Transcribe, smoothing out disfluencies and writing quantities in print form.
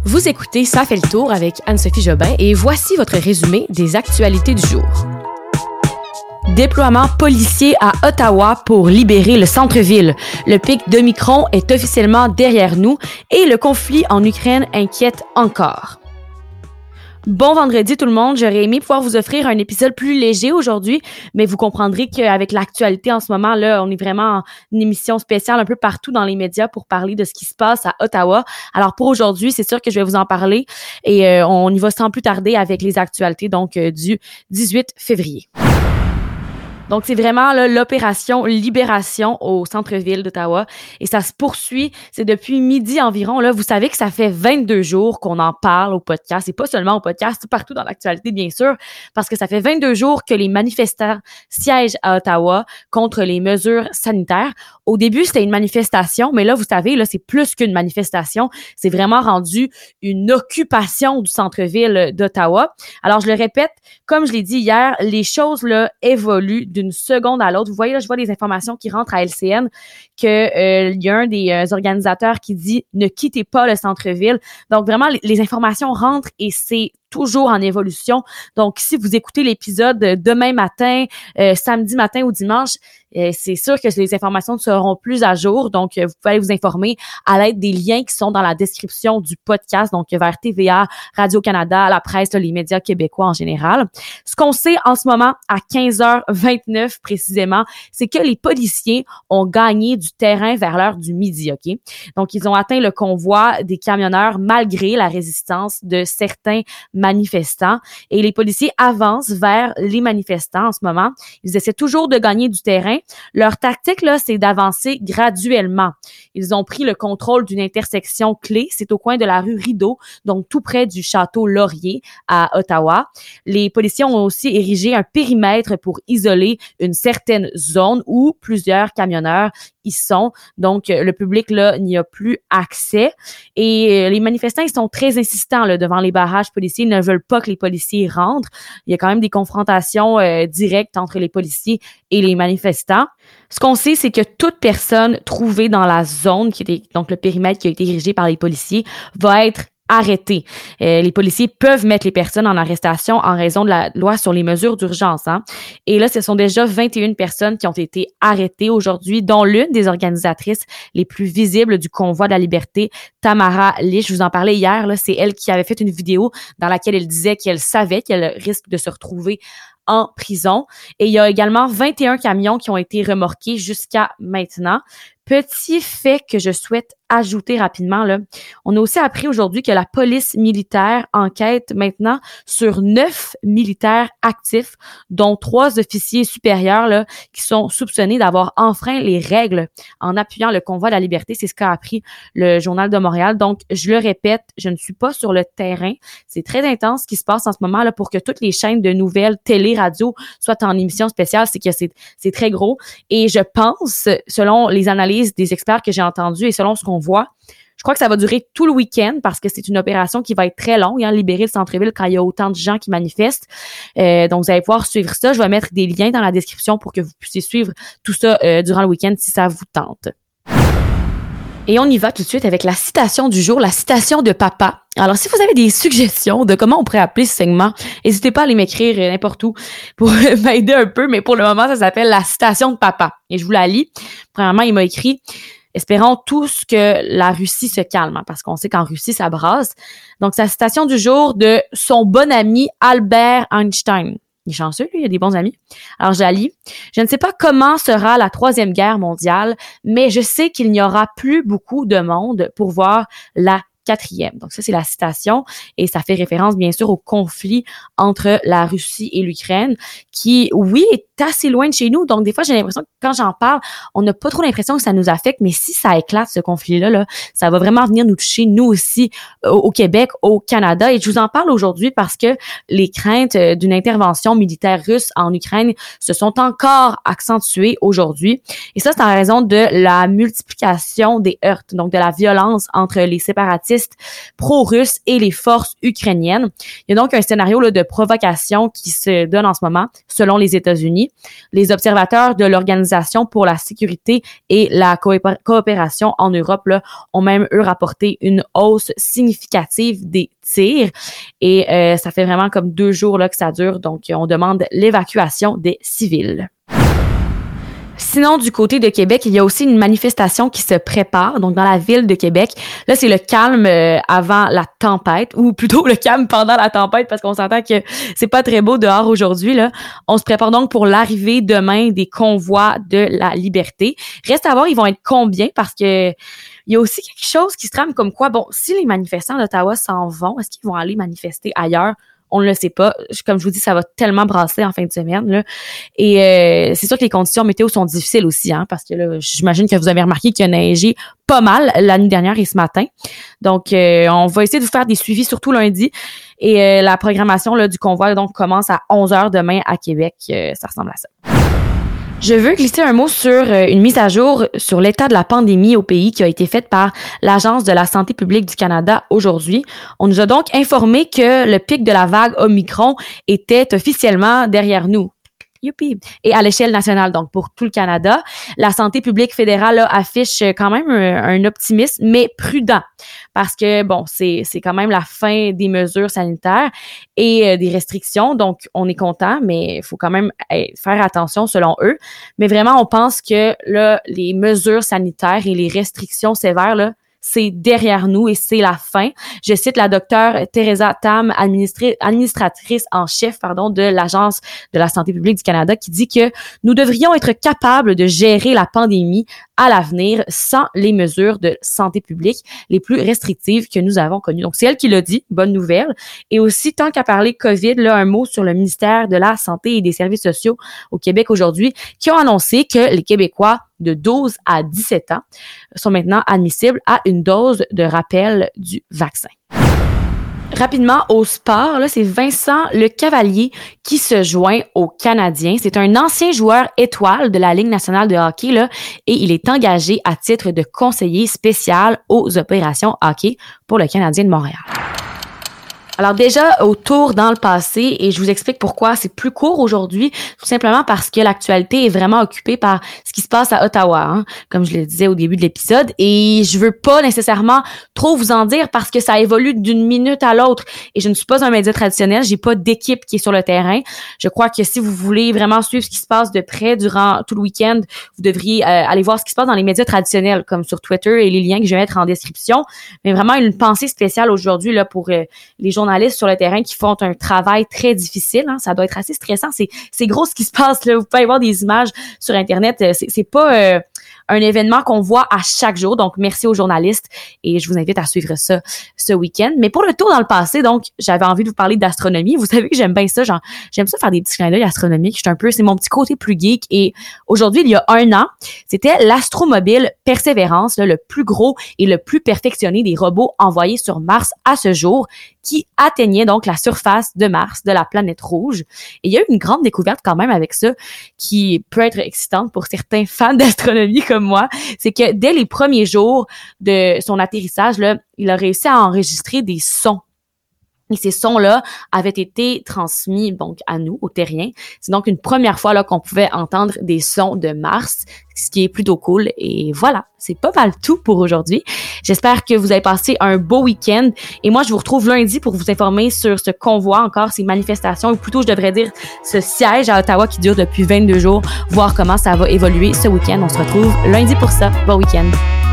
Vous écoutez Ça fait le tour avec Anne-Sophie Jobin et voici votre résumé des actualités du jour. Déploiement policier à Ottawa pour libérer le centre-ville. Le pic d'Omicron est officiellement derrière nous et le conflit en Ukraine inquiète encore. Bon vendredi tout le monde, j'aurais aimé pouvoir vous offrir un épisode plus léger aujourd'hui, mais vous comprendrez qu'avec l'actualité en ce moment, là, on est vraiment en une émission spéciale un peu partout dans les médias pour parler de ce qui se passe à Ottawa. Alors pour aujourd'hui, c'est sûr que je vais vous en parler et on y va sans plus tarder avec les actualités donc du 18 février. Donc, c'est vraiment là, l'opération Libération au centre-ville d'Ottawa et ça se poursuit. C'est depuis midi environ. Là, vous savez que ça fait 22 jours qu'on en parle au podcast et pas seulement au podcast, partout dans l'actualité, bien sûr, parce que ça fait 22 jours que les manifestants siègent à Ottawa contre les mesures sanitaires. Au début, c'était une manifestation, mais là, vous savez, là, c'est plus qu'une manifestation. C'est vraiment rendu une occupation du centre-ville d'Ottawa. Alors, je le répète, comme je l'ai dit hier, les choses là évoluent d'une seconde à l'autre. Vous voyez, là, je vois les informations qui rentrent à LCN que il y a un des organisateurs qui dit « Ne quittez pas le centre-ville ». Donc, vraiment, les informations rentrent et c'est toujours en évolution. Donc, si vous écoutez l'épisode demain matin, samedi matin ou dimanche, c'est sûr que les informations seront plus à jour. Donc, vous pouvez aller vous informer à l'aide des liens qui sont dans la description du podcast, donc vers TVA, Radio-Canada, la presse, les médias québécois en général. Ce qu'on sait en ce moment, à 15h29 précisément, c'est que les policiers ont gagné du terrain vers l'heure du midi, OK? Donc, ils ont atteint le convoi des camionneurs malgré la résistance de certains manifestants. Et les policiers avancent vers les manifestants en ce moment. Ils essaient toujours de gagner du terrain. Leur tactique, là, c'est d'avancer graduellement. Ils ont pris le contrôle d'une intersection clé. C'est au coin de la rue Rideau, donc tout près du château Laurier à Ottawa. Les policiers ont aussi érigé un périmètre pour isoler une certaine zone où plusieurs camionneurs y sont. Donc, le public, là, n'y a plus accès. Et les manifestants, ils sont très insistants là, devant les barrages policiers. Ils ne veulent pas que les policiers rentrent. Il y a quand même des confrontations directes entre les policiers et les manifestants. Ce qu'on sait, c'est que toute personne trouvée dans la zone, qui était donc le périmètre qui a été érigé par les policiers, va être arrêtés. Les policiers peuvent mettre les personnes en arrestation en raison de la loi sur les mesures d'urgence. Hein. Et là, ce sont déjà 21 personnes qui ont été arrêtées aujourd'hui, dont l'une des organisatrices les plus visibles du convoi de la liberté, Tamara Lich. Je vous en parlais hier. Là, c'est elle qui avait fait une vidéo dans laquelle elle disait qu'elle savait qu'elle risque de se retrouver en prison. Et il y a également 21 camions qui ont été remorqués jusqu'à maintenant. Petit fait que je souhaite ajouter rapidement, là, on a aussi appris aujourd'hui que la police militaire enquête maintenant sur 9 militaires actifs, dont 3 officiers supérieurs là, qui sont soupçonnés d'avoir enfreint les règles en appuyant le convoi de la liberté. C'est ce qu'a appris le Journal de Montréal. Donc, je le répète, je ne suis pas sur le terrain. C'est très intense ce qui se passe en ce moment là pour que toutes les chaînes de nouvelles, télé, radio soient en émission spéciale. C'est que c'est très gros. Et je pense, selon les analyses des experts que j'ai entendus et selon ce qu'on voit, je crois que ça va durer tout le week-end parce que c'est une opération qui va être très longue, hein, libérer le centre-ville quand il y a autant de gens qui manifestent. Donc, vous allez pouvoir suivre ça. Je vais mettre des liens dans la description pour que vous puissiez suivre tout ça durant le week-end si ça vous tente. Et on y va tout de suite avec la citation du jour, la citation de papa. Alors, si vous avez des suggestions de comment on pourrait appeler ce segment, n'hésitez pas à les m'écrire n'importe où pour m'aider un peu, mais pour le moment, ça s'appelle la citation de papa. Et je vous la lis. Premièrement, il m'a écrit « Espérons tous que la Russie se calme hein, », parce qu'on sait qu'en Russie, ça brasse. Donc, sa citation du jour de son bon ami Albert Einstein. Il est chanceux, lui, il a des bons amis. Alors, je la lis. « Je ne sais pas comment sera la Troisième Guerre mondiale, mais je sais qu'il n'y aura plus beaucoup de monde pour voir la 4e. » Donc ça, c'est la citation et ça fait référence, bien sûr, au conflit entre la Russie et l'Ukraine qui, oui, est assez loin de chez nous. Donc, des fois, j'ai l'impression que quand j'en parle, on n'a pas trop l'impression que ça nous affecte, mais si ça éclate, ce conflit-là, là, ça va vraiment venir nous toucher, nous aussi, au Québec, au Canada. Et je vous en parle aujourd'hui parce que les craintes d'une intervention militaire russe en Ukraine se sont encore accentuées aujourd'hui. Et ça, c'est en raison de la multiplication des heurts, donc de la violence entre les séparatistes séparatistes pro-russes et les forces ukrainiennes. Il y a donc un scénario là, de provocation qui se donne en ce moment, selon les États-Unis. Les observateurs de l'Organisation pour la sécurité et la coopération en Europe là, ont même, eux, rapporté une hausse significative des tirs. Et ça fait vraiment comme 2 jours là, que ça dure. Donc, on demande l'évacuation des civils. Sinon, du côté de Québec, il y a aussi une manifestation qui se prépare, donc dans la ville de Québec. Là, c'est le calme avant la tempête, ou plutôt le calme pendant la tempête, parce qu'on s'entend que c'est pas très beau dehors aujourd'hui, là. On se prépare donc pour l'arrivée demain des convois de la liberté. Reste à voir, ils vont être combien, parce que il y a aussi quelque chose qui se trame comme quoi, bon, si les manifestants d'Ottawa s'en vont, est-ce qu'ils vont aller manifester ailleurs? On ne le sait pas. Comme je vous dis, ça va tellement brasser en fin de semaine, là. Et c'est sûr que les conditions météo sont difficiles aussi, hein, parce que là, j'imagine que vous avez remarqué qu'il y a neigé pas mal la nuit dernière et ce matin. Donc, on va essayer de vous faire des suivis, surtout lundi. Et la programmation là, du convoi donc commence à 11h demain à Québec. Ça ressemble à ça. Je veux glisser un mot sur une mise à jour sur l'état de la pandémie au pays qui a été faite par l'Agence de la santé publique du Canada aujourd'hui. On nous a donc informé que le pic de la vague Omicron était officiellement derrière nous. Youpi! Et à l'échelle nationale, donc pour tout le Canada, la santé publique fédérale là, affiche quand même un optimisme, mais prudent, parce que bon, c'est quand même la fin des mesures sanitaires et des restrictions, donc on est content, mais il faut quand même faire attention selon eux. Mais vraiment, on pense que là, les mesures sanitaires et les restrictions sévères là, c'est derrière nous et c'est la fin. Je cite la docteure Teresa Tam, administratrice en chef, de l'Agence de la santé publique du Canada, qui dit que nous devrions être capables de gérer la pandémie à l'avenir sans les mesures de santé publique les plus restrictives que nous avons connues. Donc, c'est elle qui l'a dit. Bonne nouvelle. Et aussi, tant qu'à parler COVID, là, un mot sur le ministère de la Santé et des Services sociaux au Québec aujourd'hui, qui ont annoncé que les Québécois de 12 à 17 ans sont maintenant admissibles à une dose de rappel du vaccin. Rapidement, au sport, là, c'est Vincent Lecavalier qui se joint aux Canadiens. C'est un ancien joueur étoile de la Ligue nationale de hockey, là, et il est engagé à titre de conseiller spécial aux opérations hockey pour le Canadien de Montréal. Alors déjà, au tour dans le passé, et je vous explique pourquoi c'est plus court aujourd'hui, tout simplement parce que l'actualité est vraiment occupée par ce qui se passe à Ottawa, hein, comme je le disais au début de l'épisode, et je veux pas nécessairement trop vous en dire parce que ça évolue d'une minute à l'autre, et je ne suis pas un média traditionnel, j'ai pas d'équipe qui est sur le terrain. Je crois que si vous voulez vraiment suivre ce qui se passe de près durant tout le week-end, vous devriez aller voir ce qui se passe dans les médias traditionnels, comme sur Twitter et les liens que je vais mettre en description, mais vraiment une pensée spéciale aujourd'hui là pour les journalistes sur le terrain qui font un travail très difficile. Hein. Ça doit être assez stressant. C'est gros ce qui se passe. Là. Vous pouvez voir des images sur Internet. C'est pas un événement qu'on voit à chaque jour. Donc, merci aux journalistes et je vous invite à suivre ça ce week-end. Mais pour le tour dans le passé, donc, j'avais envie de vous parler d'astronomie. Vous savez que j'aime bien ça. J'aime ça faire des petits clins d'œil astronomiques. C'est mon petit côté plus geek. Et aujourd'hui, il y a 1 an, c'était l'astromobile Persévérance, là, le plus gros et le plus perfectionné des robots envoyés sur Mars à ce jour, qui atteignait donc la surface de Mars, de la planète rouge. Et il y a eu une grande découverte quand même avec ça, qui peut être excitante pour certains fans d'astronomie comme moi. C'est que dès les premiers jours de son atterrissage, là, il a réussi à enregistrer des sons. Et ces sons-là avaient été transmis donc à nous, aux terriens. C'est donc une première fois là qu'on pouvait entendre des sons de Mars, ce qui est plutôt cool. Et voilà, c'est pas mal tout pour aujourd'hui. J'espère que vous avez passé un beau week-end. Et moi, je vous retrouve lundi pour vous informer sur ce convoi, encore ces manifestations, ou plutôt, je devrais dire, ce siège à Ottawa qui dure depuis 22 jours, voir comment ça va évoluer ce week-end. On se retrouve lundi pour ça. Bon week-end.